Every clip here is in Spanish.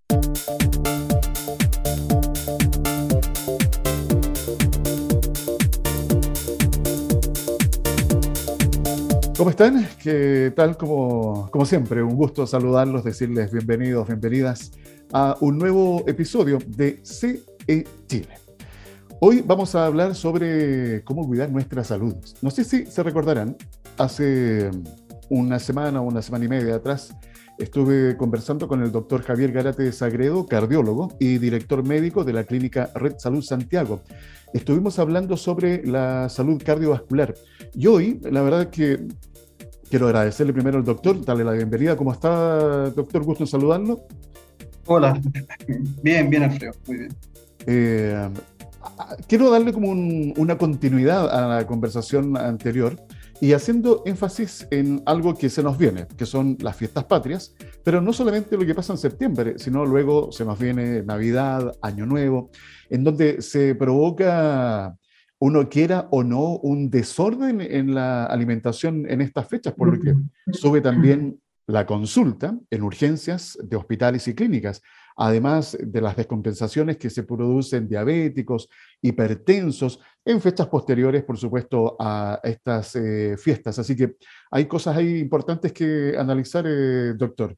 ¿Cómo están? ¿Qué tal? Como siempre, un gusto saludarlos, decirles bienvenidos, bienvenidas a un nuevo episodio de CE Chile. Hoy vamos a hablar sobre cómo cuidar nuestra salud. No sé si se recordarán, hace una semana y media atrás, estuve conversando con el doctor Javier Garate Sagredo, cardiólogo y director médico de la clínica Red Salud Santiago. Estuvimos hablando sobre la salud cardiovascular y hoy, la verdad es que quiero agradecerle primero al doctor, darle la bienvenida. ¿Cómo está, doctor? Gusto en saludarlo. Hola, bien, bien, Alfredo, muy bien. Eh, Quiero darle como una continuidad a la conversación anterior y haciendo énfasis en algo que se nos viene, que son las fiestas patrias, pero no solamente lo que pasa en septiembre, sino luego se nos viene Navidad, Año Nuevo, en donde se provoca, uno quiera o no, un desorden en la alimentación en estas fechas, por lo que sube también la consulta en urgencias de hospitales y clínicas, además de las descompensaciones que se producen diabéticos, hipertensos, en fechas posteriores, por supuesto, a estas fiestas. Así que hay cosas ahí importantes que analizar, doctor.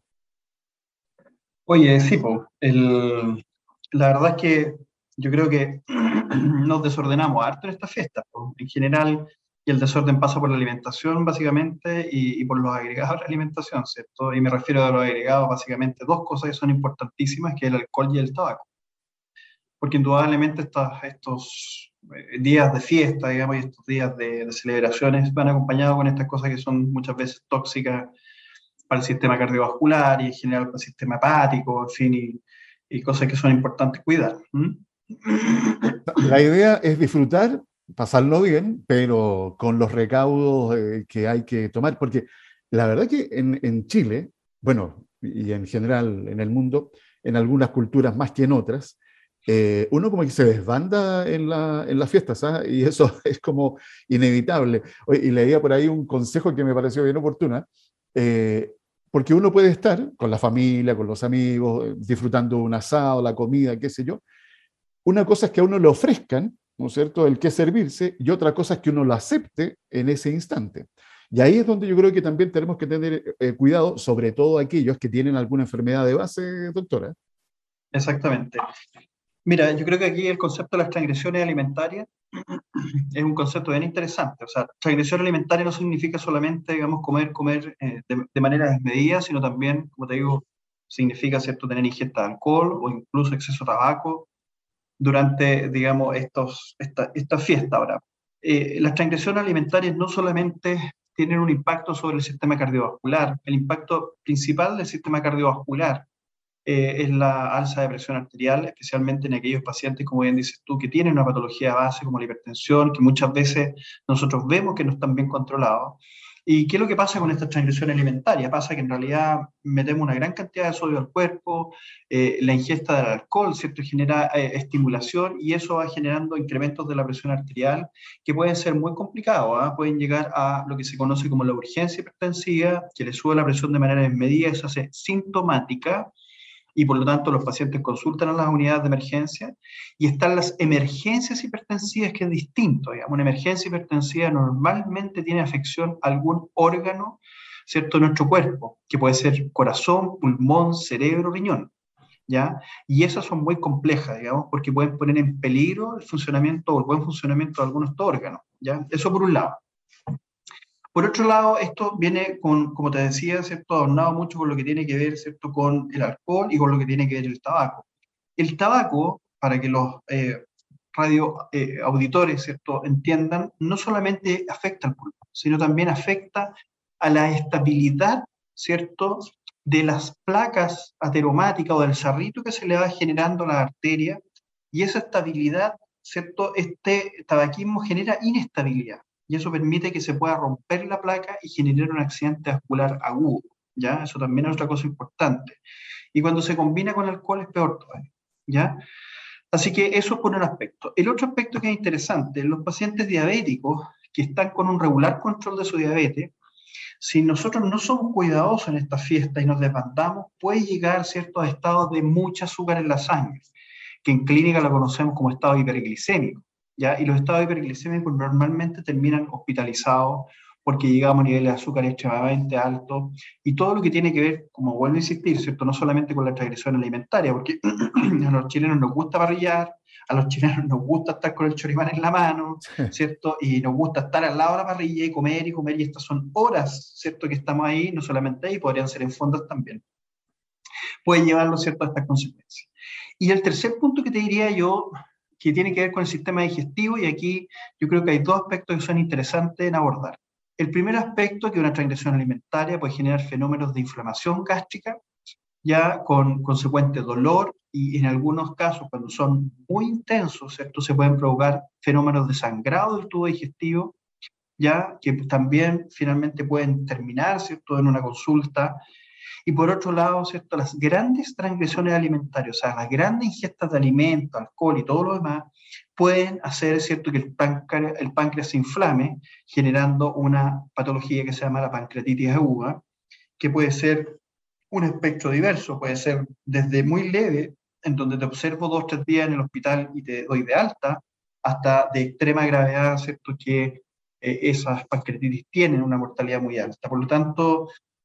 Oye, sí, la verdad es que yo creo que nos desordenamos harto en estas fiestas, po, en general, y el desorden pasa por la alimentación, básicamente, y por los agregados de la alimentación, ¿cierto? Y me refiero a los agregados, básicamente, dos cosas que son importantísimas, que es el alcohol y el tabaco. Porque indudablemente estos días de fiesta, digamos, y estos días de celebraciones van acompañados con estas cosas que son muchas veces tóxicas para el sistema cardiovascular y en general para el sistema hepático, en fin, y cosas que son importantes cuidar. ¿Mm? La idea es disfrutar, pasarlo bien, pero con los recaudos que hay que tomar, porque la verdad que en Chile, bueno, y en general en el mundo, en algunas culturas más que en otras, uno como que se desbanda en las fiestas, ¿ah? Y eso es como inevitable. Oye, y leía por ahí un consejo que me pareció bien oportuna, eh, porque uno puede estar con la familia, con los amigos, disfrutando un asado, la comida, qué sé yo. Una cosa es que a uno le ofrezcan, ¿no es cierto?, el qué servirse, y otra cosa es que uno lo acepte en ese instante. Y ahí es donde yo creo que también tenemos que tener cuidado, sobre todo aquellos que tienen alguna enfermedad de base, doctora. Exactamente. Mira, yo creo que aquí el concepto de las transgresiones alimentarias es un concepto bien interesante. O sea, transgresión alimentaria no significa solamente, digamos, comer de manera desmedida, sino también, como te digo, significa, ¿cierto?, tener ingesta de alcohol o incluso exceso de tabaco durante, digamos, esta fiesta ahora. Las transgresiones alimentarias no solamente tienen un impacto sobre el sistema cardiovascular, el impacto principal del sistema cardiovascular es la alza de presión arterial, especialmente en aquellos pacientes, como bien dices tú, que tienen una patología base como la hipertensión, que muchas veces nosotros vemos que no están bien controlados. ¿Y qué es lo que pasa con esta transgresión alimentaria? Pasa que en realidad metemos una gran cantidad de sodio al cuerpo, la ingesta del alcohol, ¿cierto? Genera estimulación y eso va generando incrementos de la presión arterial que pueden ser muy complicados, ¿eh? Pueden llegar a lo que se conoce como la urgencia hipertensiva, que le sube la presión de manera desmedida, eso hace sintomática y por lo tanto los pacientes consultan a las unidades de emergencia y están las emergencias hipertensivas, que es distinto. Digamos. Una emergencia hipertensiva normalmente tiene afección a algún órgano, ¿cierto?, de nuestro cuerpo, que puede ser corazón, pulmón, cerebro, riñón. ¿Ya? Y esas son muy complejas, digamos, porque pueden poner en peligro el funcionamiento o el buen funcionamiento de algunos de estos órganos, ¿ya? Eso por un lado. Por otro lado, esto viene con, como te decía, ¿cierto? Adornado mucho con lo que tiene que ver, ¿cierto?, con el alcohol y con lo que tiene que ver el tabaco. El tabaco, para que los radio auditores, ¿cierto?, entiendan, no solamente afecta al pulmón, sino también afecta a la estabilidad, ¿cierto?, de las placas ateromáticas o del sarrito que se le va generando a la arteria, y esa estabilidad, ¿cierto?, este tabaquismo genera inestabilidad y eso permite que se pueda romper la placa y generar un accidente vascular agudo, ¿ya? Eso también es otra cosa importante. Y cuando se combina con alcohol es peor todavía, ¿ya? Así que eso es por un aspecto. El otro aspecto que es interesante, los pacientes diabéticos que están con un regular control de su diabetes, Si nosotros no somos cuidadosos en esta fiesta y nos desbandamos, puede llegar, ¿cierto?, a estados de mucha azúcar en la sangre, que en clínica lo conocemos como estado hiperglicémico, ¿ya? Y los estados hiperglicémicos normalmente terminan hospitalizados porque llegamos a niveles de azúcar extremadamente altos, y todo lo que tiene que ver, como vuelvo a insistir, ¿cierto?, no solamente con la transgresión alimentaria, porque a los chilenos nos gusta parrillar, a los chilenos nos gusta estar con el choripán en la mano, ¿cierto? Y nos gusta estar al lado de la parrilla y comer, y estas son horas, ¿cierto?, que estamos ahí, no solamente ahí, podrían ser en fondos también. Puede llevarlo, ¿cierto?, a estas consecuencias. Y el tercer punto que te diría yo, que tiene que ver con el sistema digestivo, y aquí yo creo que hay dos aspectos que son interesantes en abordar. El primer aspecto es que una transgresión alimentaria puede generar fenómenos de inflamación gástrica, ya con consecuente dolor, y en algunos casos, cuando son muy intensos, ¿cierto?, se pueden provocar fenómenos de sangrado del tubo digestivo, ya que también finalmente pueden terminar, ¿cierto?, en una consulta. Y por otro lado, ¿cierto?, las grandes transgresiones alimentarias, o sea, las grandes ingestas de alimentos, alcohol y todo lo demás, pueden hacer, ¿cierto?, que el páncreas se inflame, generando una patología que se llama la pancreatitis aguda, que puede ser un espectro diverso, puede ser desde muy leve, en donde te observo 2 o 3 días en el hospital y te doy de alta, hasta de extrema gravedad, ¿cierto?, que esas pancreatitis tienen una mortalidad muy alta. Por lo tanto,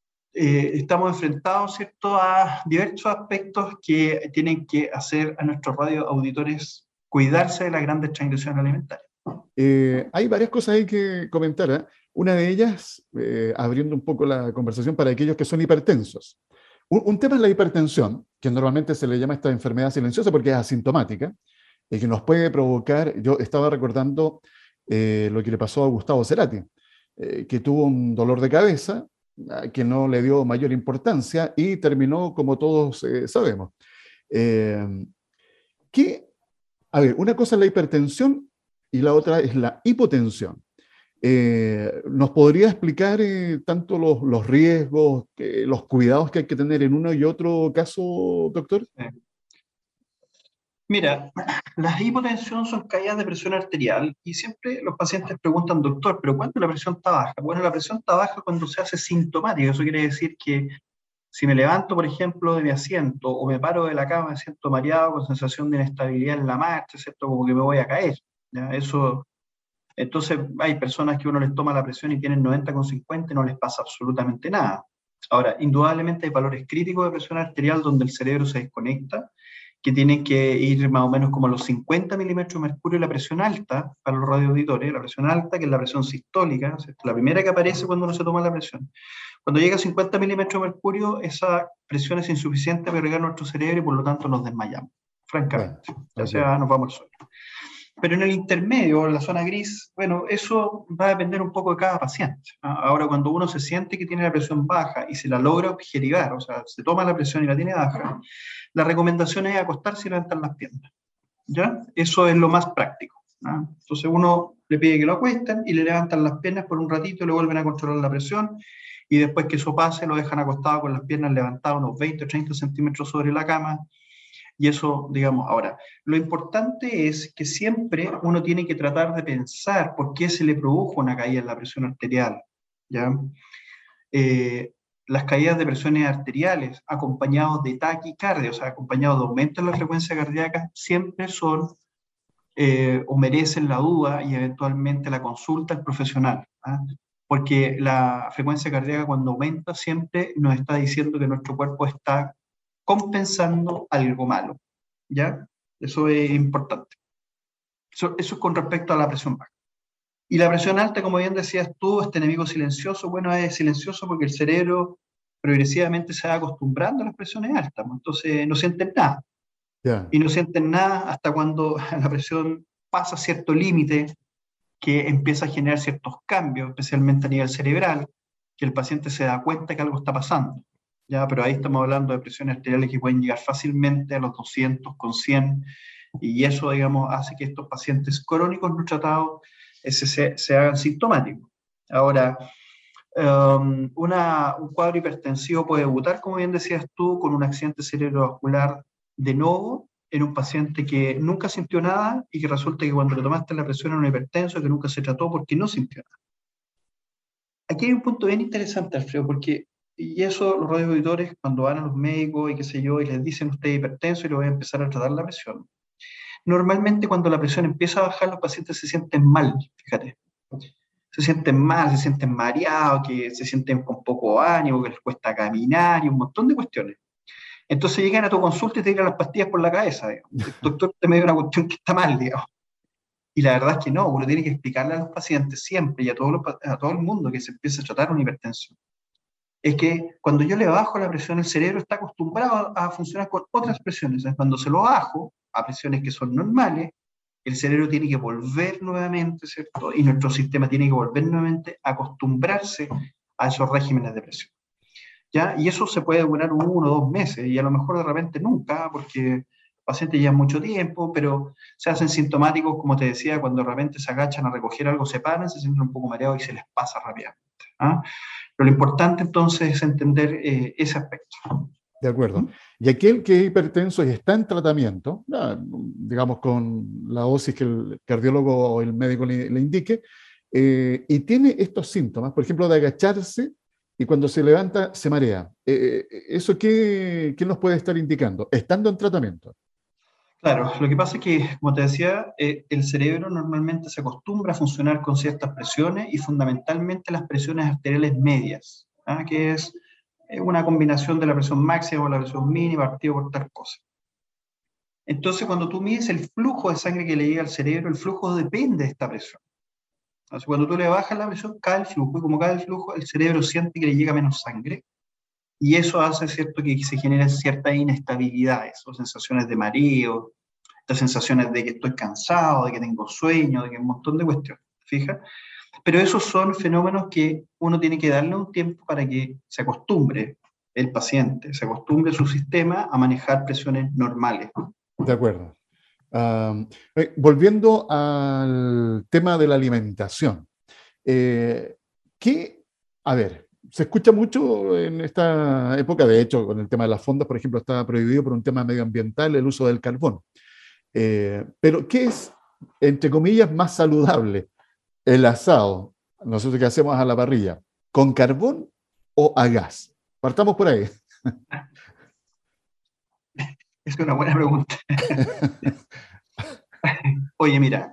estamos enfrentados, ¿cierto?, a diversos aspectos que tienen que hacer a nuestros radioauditores cuidarse de las grandes transgresiones alimentarias. Hay varias cosas hay que comentar, ¿eh? Una de ellas, abriendo un poco la conversación para aquellos que son hipertensos. Un tema es la hipertensión, que normalmente se le llama esta enfermedad silenciosa porque es asintomática, y que nos puede provocar, yo estaba recordando lo que le pasó a Gustavo Cerati, que tuvo un dolor de cabeza, que no le dio mayor importancia y terminó como todos sabemos. Eh, que, a ver, una cosa es la hipertensión y la otra es la hipotensión. ¿Nos podría explicar tanto los riesgos, los cuidados que hay que tener en uno y otro caso, doctor? Mira, las hipotensión son caídas de presión arterial, y siempre los pacientes preguntan, doctor, ¿pero cuándo la presión está baja? Bueno, la presión está baja cuando se hace sintomática. Eso quiere decir que si me levanto, por ejemplo, de mi asiento, o me paro de la cama, me siento mareado, con sensación de inestabilidad en la marcha, ¿cierto?, como que me voy a caer, ¿ya? Eso, entonces hay personas que uno les toma la presión y tienen 90,50 y no les pasa absolutamente nada. Ahora, indudablemente hay valores críticos de presión arterial donde el cerebro se desconecta, que tienen que ir más o menos como a los 50 milímetros de mercurio. La presión alta, para los radioauditores, la presión alta, que es la presión sistólica, ¿cierto?, la primera que aparece cuando uno se toma la presión. Cuando llega a 50 milímetros de mercurio, esa presión es insuficiente para irrigar nuestro cerebro y por lo tanto nos desmayamos, francamente. Bueno, Ya okay. sea nos vamos al suelo. Pero en el intermedio, en la zona gris, bueno, eso va a depender un poco de cada paciente. Ahora, cuando uno se siente que tiene la presión baja y se la logra objetivar, o sea, se toma la presión y la tiene baja, la recomendación es acostarse y levantar las piernas, ¿ya? Eso es lo más práctico, ¿no? Entonces uno le pide que lo acuesten y le levantan las piernas por un ratito, le vuelven a controlar la presión, y después que eso pase lo dejan acostado con las piernas levantadas unos 20 o 30 centímetros sobre la cama. Y eso, digamos, ahora, lo importante es que siempre uno tiene que tratar de pensar por qué se le produjo una caída en la presión arterial, ¿ya? Eh, las caídas de presiones arteriales acompañados de taquicardia, o sea, acompañados de aumento en la frecuencia cardíaca, siempre son o merecen la duda y eventualmente la consulta al profesional, ¿ah? Porque la frecuencia cardíaca cuando aumenta siempre nos está diciendo que nuestro cuerpo está compensando algo malo, ¿ya? Eso es importante. Eso es con respecto a la presión baja. Y la presión alta, como bien decías tú, este enemigo silencioso, bueno, es silencioso porque el cerebro progresivamente se va acostumbrando a las presiones altas, entonces no sienten nada. Yeah. Y no sienten nada hasta cuando la presión pasa cierto límite, que empieza a generar ciertos cambios, especialmente a nivel cerebral, que el paciente se da cuenta que algo está pasando. ¿Ya? Pero ahí estamos hablando de presiones arteriales que pueden llegar fácilmente a los 200 con 100, y eso, digamos, hace que estos pacientes crónicos no tratados se hagan sintomáticos. Ahora, un cuadro hipertensivo puede debutar, como bien decías tú, con un accidente cerebrovascular de novo en un paciente que nunca sintió nada y que resulta que cuando le tomaste la presión era un hipertenso que nunca se trató porque no sintió nada. aquí hay un punto bien interesante, Alfredo, porque, y eso los radioauditores cuando van a los médicos y qué sé yo, y les dicen usted es hipertenso y le voy a empezar a tratar la presión. Normalmente cuando la presión empieza a bajar, los pacientes se sienten mal, fíjate. Se sienten mal, se sienten mareados, que se sienten con poco ánimo, que les cuesta caminar y un montón de cuestiones. Entonces llegan a tu consulta y te tiran las pastillas por la cabeza, digamos. Doctor, te me dio una cuestión que está mal, digamos. Y la verdad es que no, uno tiene que explicarle a los pacientes siempre y a a todo el mundo que se empieza a tratar una hipertensión. Es que cuando yo le bajo la presión, el cerebro está acostumbrado a funcionar con otras presiones. Entonces, cuando se lo bajo a presiones que son normales, el cerebro tiene que volver nuevamente, ¿cierto? Y nuestro sistema tiene que volver nuevamente a acostumbrarse a esos regímenes de presión. ¿Ya? Y eso se puede durar 1 o 2 meses, y a lo mejor de repente nunca, porque el paciente lleva mucho tiempo, pero se hacen sintomáticos, como te decía, cuando de repente se agachan a recoger algo, se paran, se sienten un poco mareados y se les pasa rápidamente. ¿Ah? Pero lo importante entonces es entender ese aspecto. De acuerdo. ¿Mm? Y aquel que es hipertenso y está en tratamiento, digamos con la dosis que el cardiólogo o el médico le indique, y tiene estos síntomas, por ejemplo, de agacharse y cuando se levanta se marea. ¿Eso qué nos puede estar indicando? Estando en tratamiento. Claro, lo que pasa es que, como te decía, el cerebro normalmente se acostumbra a funcionar con ciertas presiones y fundamentalmente las presiones arteriales medias, ¿ah? Que es una combinación de la presión máxima o la presión mínima partido por tal cosa. Entonces, cuando tú mides el flujo de sangre que le llega al cerebro, el flujo depende de esta presión. Entonces, cuando tú le bajas la presión, cae el flujo, y como cae el flujo, el cerebro siente que le llega menos sangre, y eso hace, ¿cierto?, que se generen ciertas inestabilidades o sensaciones de mareo, estas sensaciones de que estoy cansado, de que tengo sueño, de que un montón de cuestiones, ¿fija? Pero esos son fenómenos que uno tiene que darle un tiempo para que se acostumbre el paciente, se acostumbre su sistema a manejar presiones normales. De acuerdo. Volviendo al tema de la alimentación. Eh, ¿Qué, a ver, se escucha mucho en esta época, de hecho, con el tema de las fondas, por ejemplo, está prohibido por un tema medioambiental el uso del carbón. Pero ¿qué es, entre comillas, más saludable? El asado, nosotros que hacemos a la parrilla, ¿con carbón o a gas? Partamos por ahí. Es una buena pregunta. Oye, mira,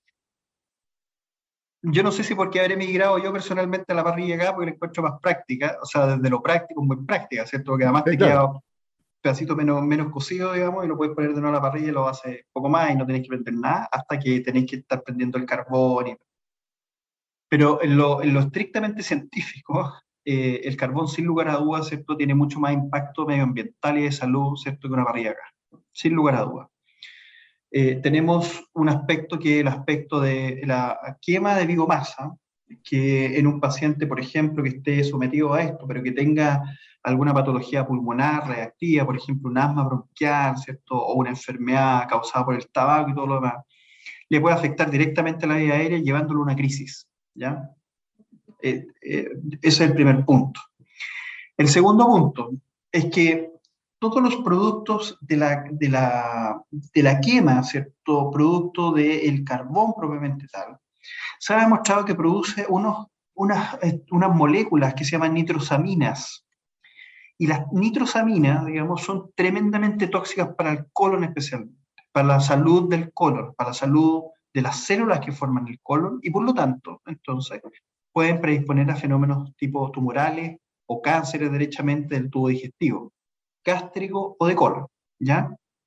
yo no sé si porque habré migrado yo personalmente a la parrilla acá, porque la encuentro más práctica, o sea, desde lo práctico, muy práctica, ¿cierto? Porque además te Claro, queda un pedacito menos cocido, digamos, y lo puedes poner de nuevo a la parrilla y lo hace poco más y no tenés que prender nada hasta que tenés que estar prendiendo el carbón. Pero en lo estrictamente científico, el carbón, sin lugar a dudas, ¿cierto?, tiene mucho más impacto medioambiental y de salud, ¿cierto?, que una parrilla acá, sin lugar a dudas. Tenemos un aspecto que es el aspecto de la quema de biomasa, que en un paciente, por ejemplo, que esté sometido a esto, pero que tenga alguna patología pulmonar reactiva, por ejemplo, un asma bronquial, ¿cierto?, o una enfermedad causada por el tabaco y todo lo demás, le puede afectar directamente a la vía aérea llevándolo a una crisis, ¿ya? Ese es el primer punto. El segundo punto es que todos los productos de la quema, ¿cierto?, producto del carbón propiamente tal, se ha demostrado que produce unas moléculas que se llaman nitrosaminas. Y las nitrosaminas, digamos, son tremendamente tóxicas para el colon especialmente, para la salud del colon, para la salud de las células que forman el colon, y por lo tanto, entonces, pueden predisponer a fenómenos tipo tumorales o cánceres derechamente del tubo digestivo, gástrico o de colon, ¿ya?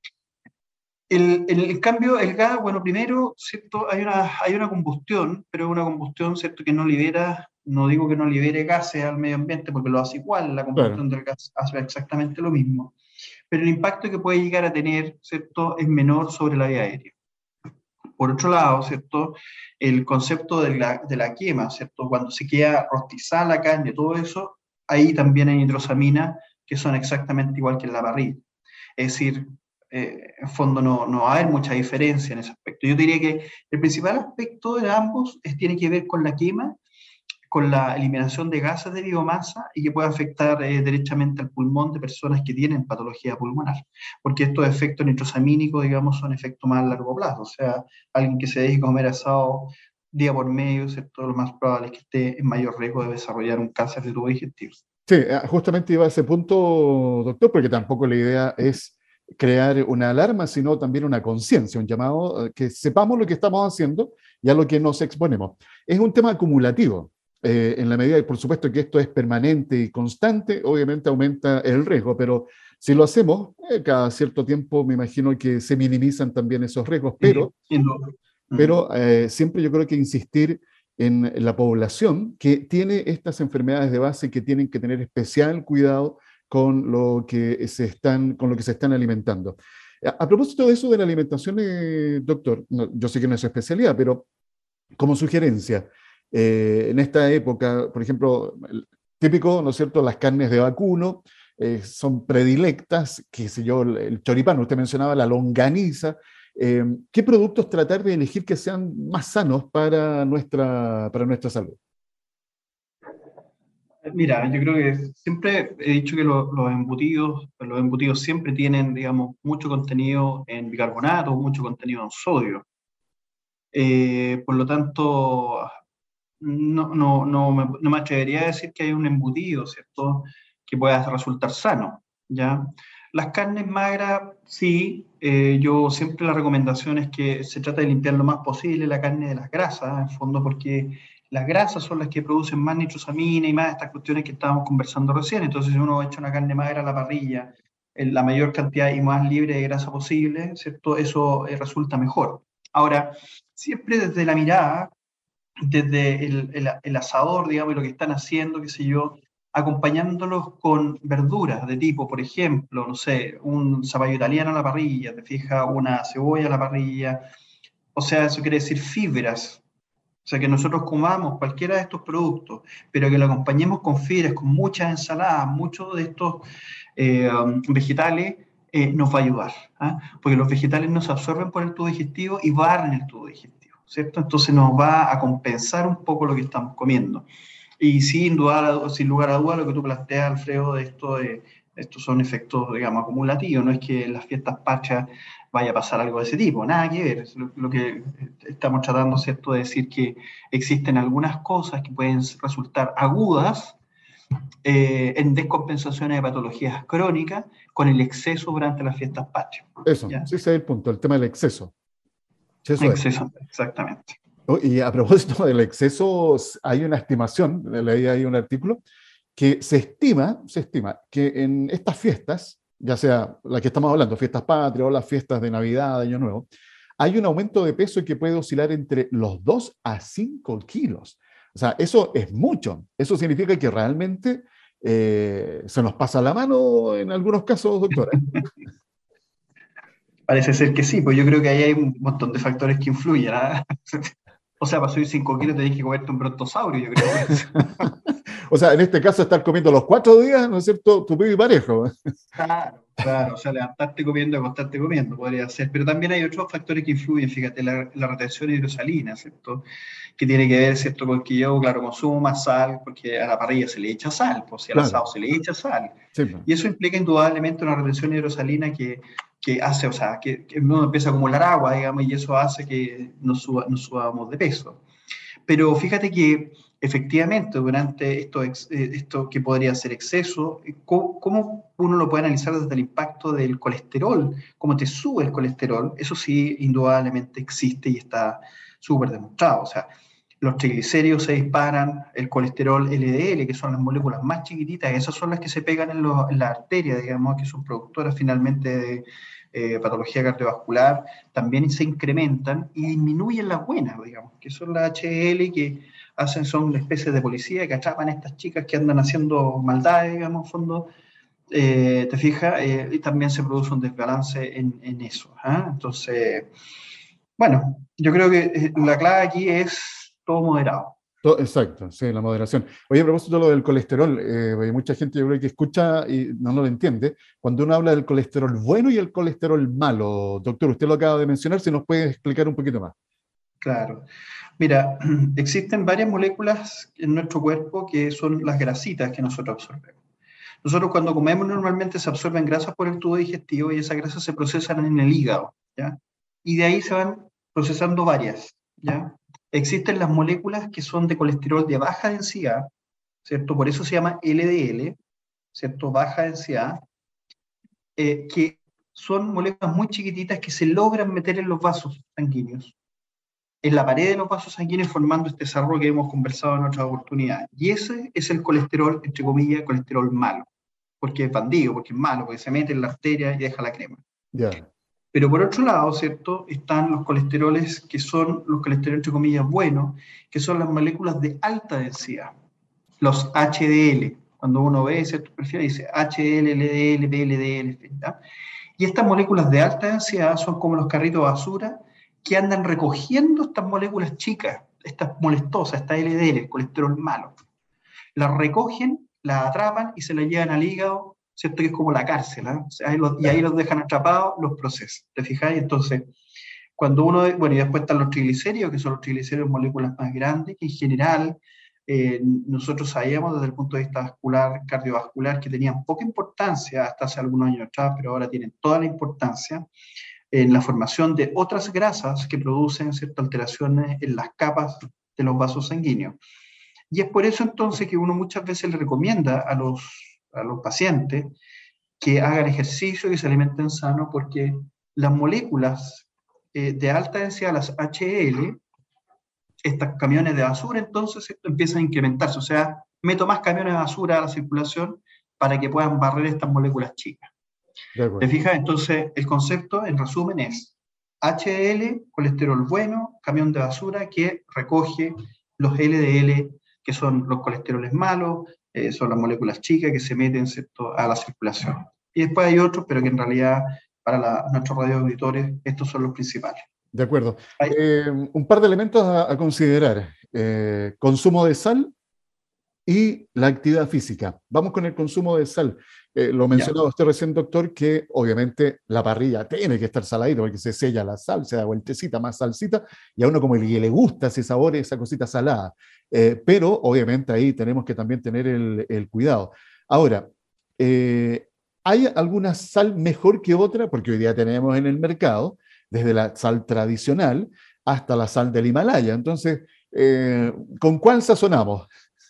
En cambio, el gas, bueno, primero, ¿cierto? Hay una combustión, pero una combustión, ¿cierto?, que no libera, no digo que no libere gases al medio ambiente, porque lo hace igual, la claro. combustión del gas hace exactamente lo mismo, pero el impacto que puede llegar a tener, ¿cierto?, es menor sobre la vía aérea. Por otro lado, ¿cierto?, el concepto de la quema, ¿cierto?, cuando se queda rostizada la carne, todo eso, ahí también hay nitrosaminas que son exactamente igual que en la parrilla. Es decir, en fondo no va a haber mucha diferencia en ese aspecto. Yo diría que el principal aspecto de ambos tiene que ver con la quema, con la eliminación de gases de biomasa y que puede afectar derechamente al pulmón de personas que tienen patología pulmonar, porque estos efectos nitrosamínicos, digamos, son efectos más a largo plazo. O sea, alguien que se dedique a comer asado día por medio, ¿cierto? Lo más probable es que esté en mayor riesgo de desarrollar un cáncer de tubo digestivo. Sí, justamente iba a ese punto, doctor, porque tampoco la idea es crear una alarma, sino también una conciencia, un llamado que sepamos lo que estamos haciendo y a lo que nos exponemos. Es un tema acumulativo. En la medida, por supuesto, que esto es permanente y constante, obviamente aumenta el riesgo, pero si lo hacemos, cada cierto tiempo me imagino que se minimizan también esos riesgos, Sin duda. pero siempre yo creo que insistir en la población que tiene estas enfermedades de base que tienen que tener especial cuidado con lo que con lo que se están alimentando. A propósito de eso de la alimentación, doctor, yo sé que no es su especialidad, pero como sugerencia, en esta época, por ejemplo, típico, ¿no es cierto?, las carnes de vacuno son predilectas, qué sé yo, el choripán, usted mencionaba la longaniza. ¿Qué productos tratar de elegir que sean más sanos para nuestra salud? Mira, yo creo que siempre he dicho que los embutidos siempre tienen, digamos, mucho contenido en bicarbonato, mucho contenido en sodio. Por lo tanto, no me atrevería a decir que hay un embutido, ¿cierto?, que pueda resultar sano, ¿ya? Las carnes magras, sí, yo siempre la recomendación es que se trata de limpiar lo más posible la carne de las grasas, en fondo, porque las grasas son las que producen más nitrosamina y más estas cuestiones que estábamos conversando recién. Entonces, si uno echa una carne magra a la parrilla, en la mayor cantidad y más libre de grasa posible, ¿cierto? Eso resulta mejor. Ahora, siempre desde la mirada, desde el asador, digamos, y lo que están haciendo, qué sé yo, acompañándolos con verduras de tipo, por ejemplo, no sé, un zapallo italiano a la parrilla, te fijas, una cebolla a la parrilla, o sea, eso quiere decir fibras, o sea, que nosotros comamos cualquiera de estos productos, pero que lo acompañemos con fibras, con muchas ensaladas, muchos de estos vegetales, nos va a ayudar, ¿ah? Porque los vegetales no se absorben por el tubo digestivo y barren el tubo digestivo, ¿cierto? Entonces nos va a compensar un poco lo que estamos comiendo. Y sin lugar a duda, lo que tú planteas, Alfredo, estos son efectos, digamos, acumulativos, no es que en las fiestas patrias vaya a pasar algo de ese tipo, nada que ver. Lo que estamos tratando, ¿cierto?, de decir que existen algunas cosas que pueden resultar agudas en descompensaciones de patologías crónicas con el exceso durante las fiestas patrias, Eso, ¿ya? sí, ese es el punto, el tema del exceso. Sí, eso es. Exceso, exactamente. Y a propósito del exceso, hay una estimación, leí ahí un artículo, que se estima que en estas fiestas, ya sea las que estamos hablando, fiestas patrias o las fiestas de Navidad, Año Nuevo, hay un aumento de peso que puede oscilar entre los 2 a 5 kilos. O sea, eso es mucho. Eso significa que realmente se nos pasa la mano en algunos casos, doctora. Parece ser que sí, pues yo creo que ahí hay un montón de factores que influyen, ¿ah? O sea, para subir 5 kilos tenés que comerte un brontosaurio, yo creo. O sea, en este caso, estar comiendo los 4 días, ¿no es cierto? Tupido y parejo. Claro, claro, o sea, levantarte comiendo, acostarte comiendo, podría ser. Pero también hay otros factores que influyen, fíjate, la retención de hidrosalina, ¿cierto? Que tiene que ver, ¿cierto?, con que yo, claro, consumo más sal, porque a la parrilla se le echa sal, pues si al asado Claro, se le echa sal. sí, pues, Y eso implica indudablemente una retención de hidrosalina que hace, o sea, que uno empieza a acumular agua, digamos, y eso hace que nos subamos de peso. Pero fíjate que efectivamente durante esto que podría ser exceso, ¿cómo uno lo puede analizar desde el impacto del colesterol? ¿Cómo te sube el colesterol? Eso sí, indudablemente existe y está súper demostrado. O sea, los triglicéridos se disparan, el colesterol LDL, que son las moléculas más chiquititas, esas son las que se pegan en la arteria, digamos, que son productoras finalmente de patología cardiovascular, también se incrementan y disminuyen las buenas, digamos, que son las HL que son una especie de policía que atrapan a estas chicas que andan haciendo maldades, digamos, en fondo, te fijas, y también se produce un desbalance en eso. ¿Eh? Entonces, bueno, yo creo que la clave aquí es todo moderado. Exacto, sí, la moderación. Oye, a propósito de lo del colesterol, hay mucha gente yo creo que escucha y no lo entiende. Cuando uno habla del colesterol bueno y el colesterol malo, doctor, usted lo acaba de mencionar, si nos puede explicar un poquito más. Claro. Mira, existen varias moléculas en nuestro cuerpo que son las grasitas que nosotros absorbemos. Nosotros cuando comemos normalmente se absorben grasas por el tubo digestivo y esas grasas se procesan en el hígado, ¿ya? Y de ahí se van procesando varias, ¿ya? existen las moléculas que son de colesterol de baja densidad, ¿cierto? Por eso se llama LDL, ¿cierto? Baja densidad, que son moléculas muy chiquititas que se logran meter en los vasos sanguíneos, en la pared de los vasos sanguíneos, formando este desarrollo que hemos conversado en otras oportunidades. Y ese es el colesterol, entre comillas, colesterol malo, porque es bandido, porque es malo, porque se mete en la arteria y deja la crema. Ya. Pero por otro lado, ¿cierto? Están los colesteroles que son los colesteroles, entre comillas, buenos, que son las moléculas de alta densidad, los HDL. Cuando uno ve ciertos perfiles, dice HDL, LDL, VLDL, ¿verdad? Y estas moléculas de alta densidad son como los carritos de basura que andan recogiendo estas moléculas chicas, estas molestosas, esta LDL, el colesterol malo. Las recogen, las atrapan y se las llevan al hígado, ¿cierto? Que es como la cárcel, ¿eh? O sea, y ahí los dejan atrapados, los procesan. ¿Te fijáis? Entonces, cuando uno, bueno, y después están los triglicéridos, que son los triglicéridos moléculas más grandes, que en general nosotros sabíamos desde el punto de vista vascular, cardiovascular, que tenían poca importancia hasta hace algunos años atrás, pero ahora tienen toda la importancia en la formación de otras grasas que producen ciertas alteraciones en las capas de los vasos sanguíneos. Y es por eso entonces que uno muchas veces le recomienda a los pacientes que hagan ejercicio, que se alimenten sano, porque las moléculas de alta densidad, las HL, estos camiones de basura, entonces esto empieza a incrementarse. O sea, meto más camiones de basura a la circulación para que puedan barrer estas moléculas chicas. De ¿Te acuerdo. fijas? Entonces, el concepto, en resumen, es HDL, colesterol bueno, camión de basura que recoge los LDL, que son los colesteroles malos, son las moléculas chicas que se meten, ¿cierto?, a la circulación. Y después hay otros, pero que en realidad, para nuestros radioauditores, estos son los principales. De acuerdo. Hay, Un par de elementos a considerar. Consumo de sal y la actividad física. Vamos con el consumo de sal. Lo ya, mencionaba usted recién, doctor, que obviamente la parrilla tiene que estar saladita porque se sella la sal, se da vueltecita, más salsita, y a uno como el que le gusta ese sabor, esa cosita salada. Pero obviamente ahí tenemos que también tener el cuidado. Ahora, ¿hay alguna sal mejor que otra? Porque hoy día tenemos en el mercado, desde la sal tradicional hasta la sal del Himalaya. Entonces, ¿con cuál sazonamos?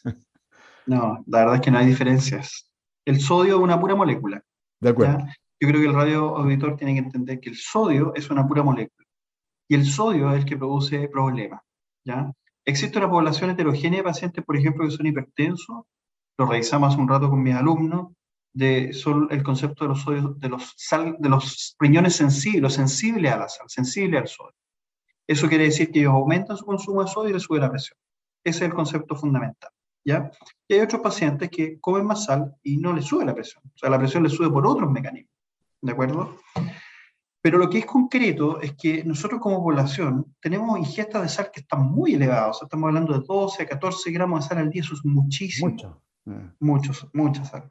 no, la verdad es que no hay diferencias. El sodio es una pura molécula, De ¿ya? acuerdo. Yo creo que el radioauditor tiene que entender que el sodio es una pura molécula. Y el sodio es el que produce problemas, ¿ya? Existe una población heterogénea de pacientes, por ejemplo, que son hipertensos, lo revisamos hace un rato con mis alumnos, son el concepto de los sodios, de los riñones sensibles, los sensibles a la sal, sensibles al sodio. Eso quiere decir que ellos aumentan su consumo de sodio y les sube la presión. Ese es el concepto fundamental, ¿ya? Y hay otros pacientes que comen más sal y no les sube la presión. O sea, la presión les sube por otros mecanismos, ¿de acuerdo? Pero lo que es concreto es que nosotros como población tenemos ingestas de sal que están muy elevadas. O sea, estamos hablando de 12 a 14 gramos de sal al día, eso es muchísimo, Mucho. mucha sal.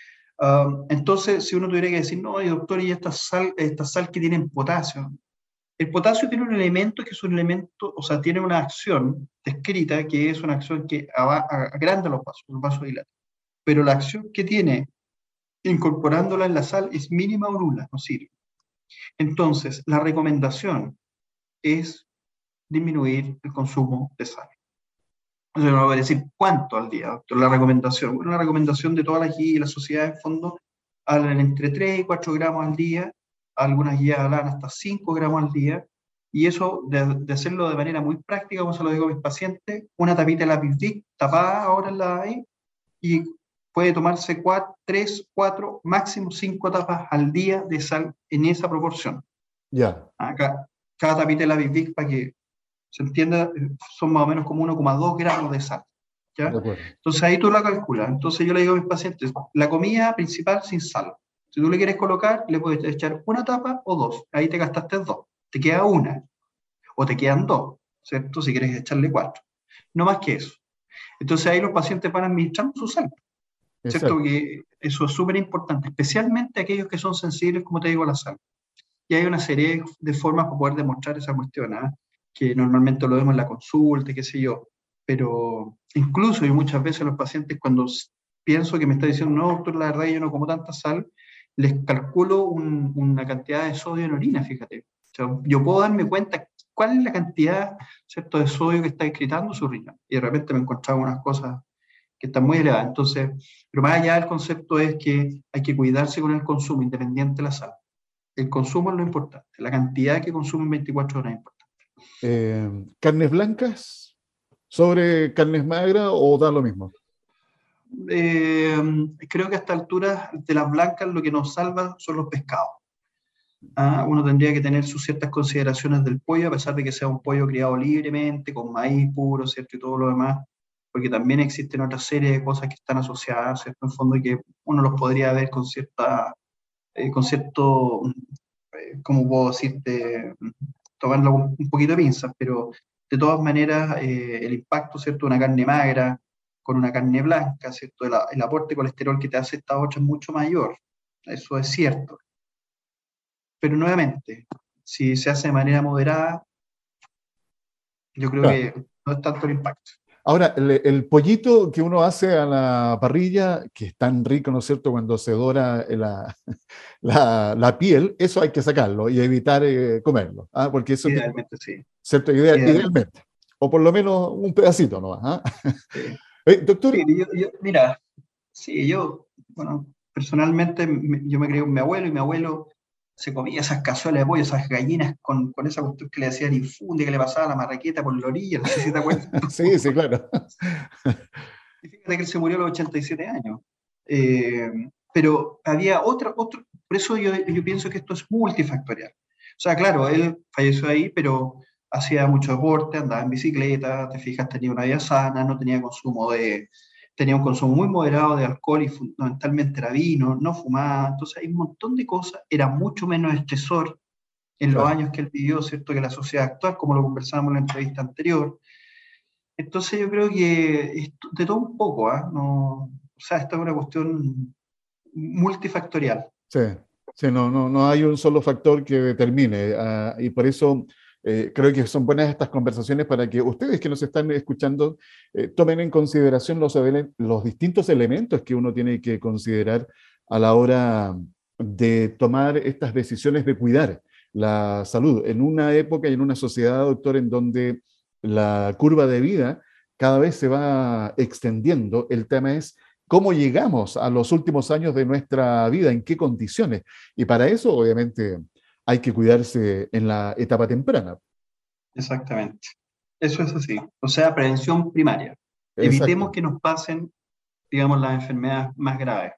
Entonces, si uno tuviera que decir, no, doctor, ¿y esta sal que tiene potasio? El potasio tiene un elemento que es un elemento, o sea, tiene una acción descrita que es una acción que agranda los vasos dilata. Pero la acción que tiene incorporándola en la sal es mínima o nula, no sirve. Entonces, la recomendación es disminuir el consumo de sal. Entonces, no voy a decir cuánto al día, doctor, la recomendación. Bueno, la recomendación de todas las guías y las sociedades, en fondo, hablan entre 3 y 4 gramos al día, algunas guías hablan hasta 5 gramos al día, y eso de hacerlo de manera muy práctica, como se lo digo a mis pacientes, una tapita de lápiz Bic tapada ahora en la ahí, y puede tomarse 3, 4, máximo 5 tapas al día de sal en esa proporción. Ya, Acá, cada tapita de lápiz Bic, para que se entienda, son más o menos como 1,2 gramos de sal, de ¿ya? acuerdo. Entonces ahí tú la calculas. Entonces yo le digo a mis pacientes, la comida principal sin sal. Si tú le quieres colocar, le puedes echar una tapa o dos. Ahí te gastaste dos. Te queda una. O te quedan dos, ¿cierto? Si quieres echarle cuatro. No más que eso. Entonces ahí los pacientes van administrando su sal, ¿cierto? Exacto. Porque eso es súper importante, especialmente aquellos que son sensibles, como te digo, a la sal. Y hay una serie de formas para poder demostrar esa cuestión, ¿eh? Que normalmente lo vemos en la consulta, qué sé yo. Pero incluso, y muchas veces los pacientes, cuando pienso que me está diciendo, no, doctor, la verdad yo no como tanta sal, les calculo una cantidad de sodio en orina, fíjate. O sea, yo puedo darme cuenta cuál es la cantidad, ¿cierto?, de sodio que está excretando su riñón. Y de repente me encontraba unas cosas que están muy elevadas. Entonces, pero más allá del concepto es que hay que cuidarse con el consumo, independiente de la sal. El consumo es lo importante, la cantidad que consumen 24 horas es importante. ¿Carnes blancas sobre carnes magras o da lo mismo? Eh, Creo que a esta altura de las blancas lo que nos salva son los pescados. Uno tendría que tener sus ciertas consideraciones del pollo, a pesar de que sea un pollo criado libremente, con maíz puro, ¿cierto? Y todo lo demás, porque también existen otra serie de cosas que están asociadas, ¿cierto? En fondo, y que uno los podría ver con con cierto, ¿cómo puedo decirte? Tomarlo un poquito de pinzas, pero de todas maneras, el impacto, ¿cierto?, de una carne magra con una carne blanca, ¿cierto? El aporte de colesterol que te hace esta otra es mucho mayor, eso es cierto. Pero nuevamente, si se hace de manera moderada, yo creo Claro. que no es tanto el impacto. Ahora, el pollito que uno hace a la parrilla, que es tan rico, ¿no es cierto?, cuando se dora la piel, eso hay que sacarlo y evitar comerlo, porque eso tiene Idealmente sí. cierta Idealmente. idealmente, o por lo menos un pedacito nomás. Sí. Doctor, Sí, mira, sí, bueno, personalmente yo me crié con mi abuelo y mi abuelo se comía esas cazuelas de pollo, esas gallinas con esa cuestión que le hacían infundia, que le pasaba la marraqueta por la orilla, no sé si te acuerdas. sí, sí, claro. Y fíjate que él se murió a los 87 años. Eh, pero había por eso yo pienso que esto es multifactorial. O sea, claro, él falleció ahí, pero hacía mucho deporte, andaba en bicicleta, te fijas, tenía una vida sana, no tenía tenía un consumo muy moderado de alcohol y fundamentalmente era vino, no fumaba, entonces hay un montón de cosas, era mucho menos estresor en los Claro. años que él vivió, ¿cierto?, que la sociedad actual, como lo conversábamos en la entrevista anterior. Entonces yo creo que de todo un poco, No, o sea, esta es una cuestión multifactorial. Sí, sí, no hay un solo factor que determine, y por eso creo que son buenas estas conversaciones para que ustedes que nos están escuchando tomen en consideración los distintos elementos que uno tiene que considerar a la hora de tomar estas decisiones de cuidar la salud. En una época y en una sociedad, doctor, en donde la curva de vida cada vez se va extendiendo, el tema es cómo llegamos a los últimos años de nuestra vida, en qué condiciones. Y para eso, obviamente, hay que cuidarse en la etapa temprana. Exactamente. Eso es así. O sea, prevención primaria. Evitemos Exacto. que nos pasen, digamos, las enfermedades más graves.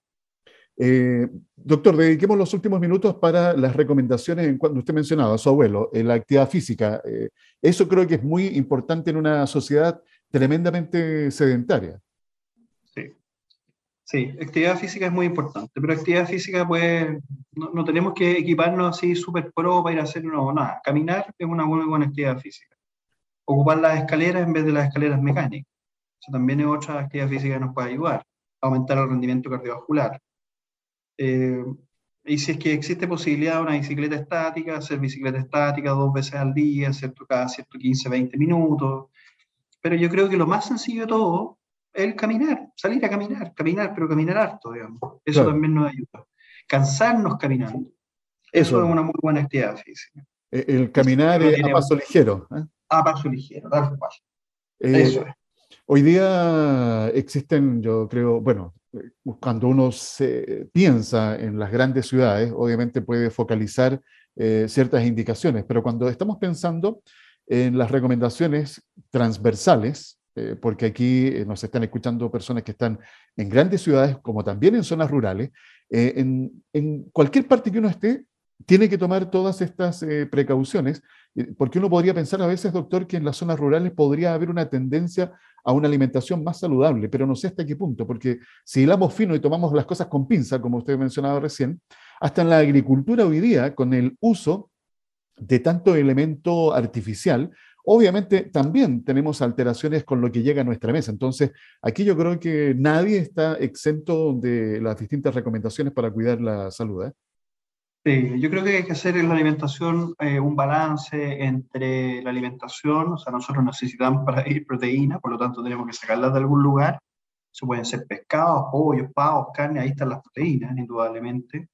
Doctor, dediquemos los últimos minutos para las recomendaciones en cuanto usted mencionaba, a su abuelo, la actividad física. Eso creo que es muy importante en una sociedad tremendamente sedentaria. Sí. Sí, actividad física es muy importante, pero actividad física, pues, no tenemos que equiparnos así súper pro para ir a hacer nada. Caminar es una muy buena actividad física. Ocupar las escaleras en vez de las escaleras mecánicas. Eso también es otra actividad física que nos puede ayudar a aumentar el rendimiento cardiovascular. Eh, y si es que existe posibilidad de una bicicleta estática, hacer bicicleta estática 2 veces al día, ¿cierto? Cada 15, 20 minutos. Pero yo creo que lo más sencillo de todo es el caminar, salir a caminar, pero caminar harto, digamos. Eso Claro, también nos ayuda. Cansarnos caminando. Eso es eso, una muy buena actividad física. el Y si caminar uno a tiene paso ligero. a paso ligero, tal cual. Eh, Eso es. Hoy día existen, yo creo, bueno, cuando uno se piensa en las grandes ciudades, obviamente puede focalizar ciertas indicaciones, pero cuando estamos pensando en las recomendaciones transversales, porque aquí nos están escuchando personas que están en grandes ciudades como también en zonas rurales, en cualquier parte que uno esté, tiene que tomar todas estas precauciones, porque uno podría pensar a veces, doctor, que en las zonas rurales podría haber una tendencia a una alimentación más saludable, pero no sé hasta qué punto, porque si hilamos fino y tomamos las cosas con pinza, como usted mencionaba recién, hasta en la agricultura hoy día, con el uso de tanto elemento artificial, obviamente también tenemos alteraciones con lo que llega a nuestra mesa. Entonces, aquí yo creo que nadie está exento de las distintas recomendaciones para cuidar la salud. Sí, yo creo que hay que hacer en la alimentación un balance entre la alimentación, o sea, nosotros necesitamos para ir proteína, por lo tanto tenemos que sacarlas de algún lugar. Eso pueden ser pescados, pollos, pavos, carne, ahí están las proteínas, indudablemente.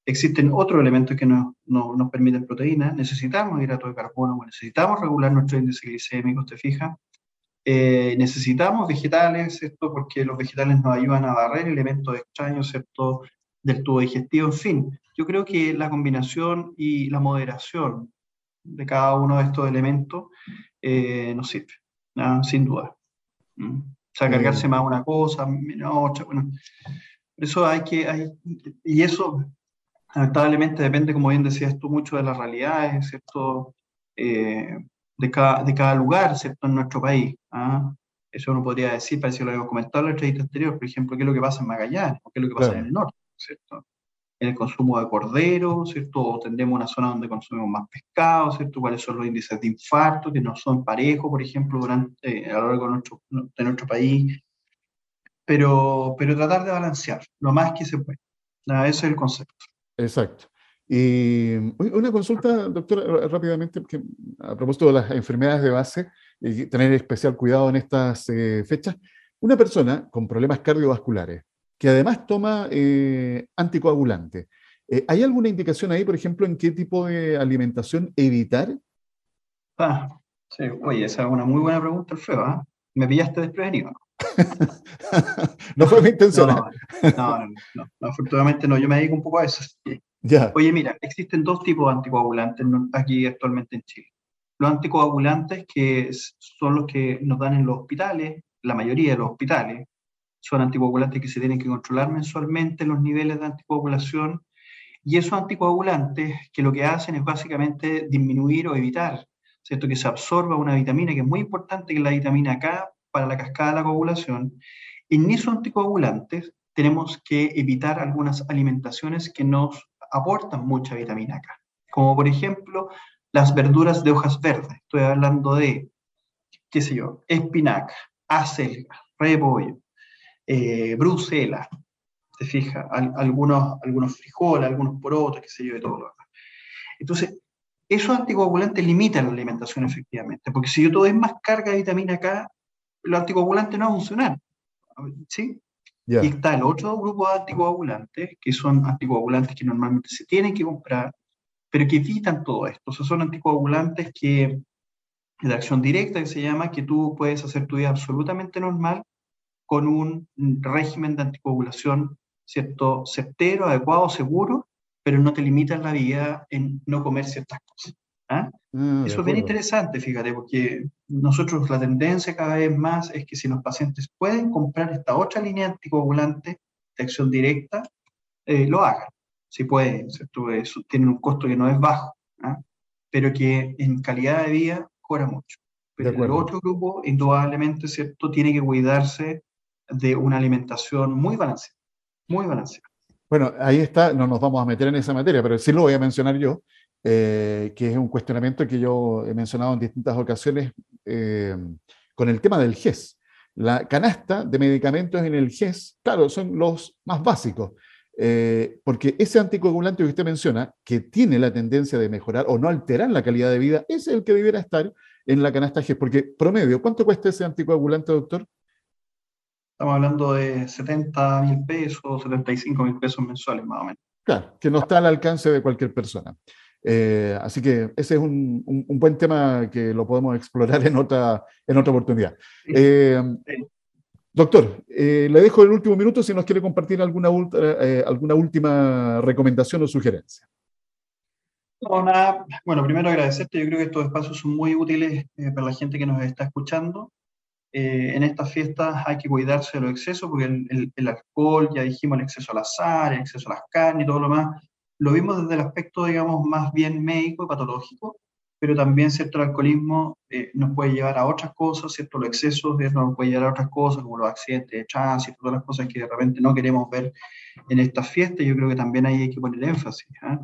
Existen otros elementos que nos permiten proteínas, necesitamos hidratos de carbono, necesitamos regular nuestro índice glicémico, ¿te fijas? Necesitamos vegetales, ¿cierto? Porque los vegetales nos ayudan a barrer elementos extraños, ¿cierto? Del tubo digestivo, en fin. Yo creo que la combinación y la moderación de cada uno de estos elementos nos sirve, ¿no? Sin duda. ¿Mm? O sea, Eh, cargarse más una cosa, menos otra, bueno. Eso y eso lamentablemente depende, como bien decías tú, mucho de las realidades, ¿cierto? Eh, de cada lugar, ¿cierto? En nuestro país. ¿Ah? Eso uno podría decir, parece que lo habíamos comentado en la entrevista anterior, por ejemplo, qué es lo que pasa en Magallanes, o qué es lo que pasa en claro, el norte, ¿cierto? En el consumo de cordero, ¿cierto? O tendemos una zona donde consumimos más pescado, ¿cierto? ¿Cuáles son los índices de infarto que no son parejos, por ejemplo, a lo largo de nuestro país? Pero tratar de balancear lo más que se puede. Ese es el concepto. exacto. Y una consulta, doctora, rápidamente, porque a propósito de las enfermedades de base, y tener especial cuidado en estas fechas. Una persona con problemas cardiovasculares, que además toma anticoagulante, ¿hay alguna indicación ahí, por ejemplo, en qué tipo de alimentación evitar? Ah, sí, oye, esa es una muy buena pregunta, Alfredo, ¿ah? Me pillaste desprevenido. No fue mi intención, ¿eh? No, no, afortunadamente no, yo me dedico un poco a eso. Sí. Ya, Oye, mira, existen dos tipos de anticoagulantes aquí actualmente en Chile. Los anticoagulantes son los que nos dan en los hospitales, la mayoría de los hospitales, son anticoagulantes que se tienen que controlar mensualmente los niveles de anticoagulación, y esos anticoagulantes que lo que hacen es básicamente disminuir o evitar, ¿cierto? Que se absorba una vitamina que es muy importante, que es la vitamina K para la cascada de la coagulación. En esos anticoagulantes tenemos que evitar algunas alimentaciones que nos aportan mucha vitamina K, como por ejemplo las verduras de hojas verdes. Estoy hablando de, qué sé yo, espinaca, acelga, repollo, bruselas, te fijas, algunos frijoles, algunos porotos, qué sé yo, de todo lo demás. Entonces, esos anticoagulantes limitan la alimentación efectivamente, porque si yo todo es más carga de vitamina K, los anticoagulantes no van a funcionar, ¿sí? Y ya, está el otro grupo de anticoagulantes, que son anticoagulantes que normalmente se tienen que comprar, pero que evitan todo esto. O sea, son anticoagulantes de acción directa, que se llama, que tú puedes hacer tu vida absolutamente normal con un régimen de anticoagulación, ¿cierto? Certero, adecuado, seguro, pero no te limitas la vida en no comer ciertas cosas. ¿Ah? de Eso es bien acuerdo. interesante, fíjate, porque nosotros la tendencia cada vez más es que si los pacientes pueden comprar esta otra línea anticoagulante de acción directa, lo hagan. Si pueden, ¿cierto? Eso tiene un costo que no es bajo, ¿ah? Pero que en calidad de vida cobra mucho. De Pero el acuerdo. otro grupo, indudablemente, ¿cierto? Tiene que cuidarse de una alimentación muy balanceada, muy balanceada. Bueno, ahí está, no nos vamos a meter en esa materia, pero sí lo voy a mencionar yo, que es un cuestionamiento que yo he mencionado en distintas ocasiones eh, con el tema del GES. La canasta de medicamentos en el GES, claro, son los más básicos, porque ese anticoagulante que usted menciona, que tiene la tendencia de mejorar o no alterar la calidad de vida, ese es el que debiera estar en la canasta GES, porque promedio, ¿cuánto cuesta ese anticoagulante, doctor? Estamos hablando de 70.000 pesos, 75.000 pesos mensuales, más o menos. Claro, que no está al alcance de cualquier persona. Así que ese es un buen tema que lo podemos explorar en otra oportunidad. Sí, Eh, sí. Doctor, le dejo el último minuto si nos quiere compartir alguna última recomendación o sugerencia. No, nada. Bueno, primero agradecerte. Yo creo que estos espacios son muy útiles para la gente que nos está escuchando. En estas fiestas hay que cuidarse de los excesos, porque el alcohol, ya dijimos, el exceso al azar, el exceso a las carnes y todo lo más, lo vimos desde el aspecto, digamos, más bien médico y patológico, pero también, ¿cierto? El alcoholismo nos puede llevar a otras cosas, ¿cierto? Los excesos nos puede llevar a otras cosas, como los accidentes de tránsito, todas las cosas que de repente no queremos ver en estas fiestas. Yo creo que también ahí hay que poner énfasis, ¿ah?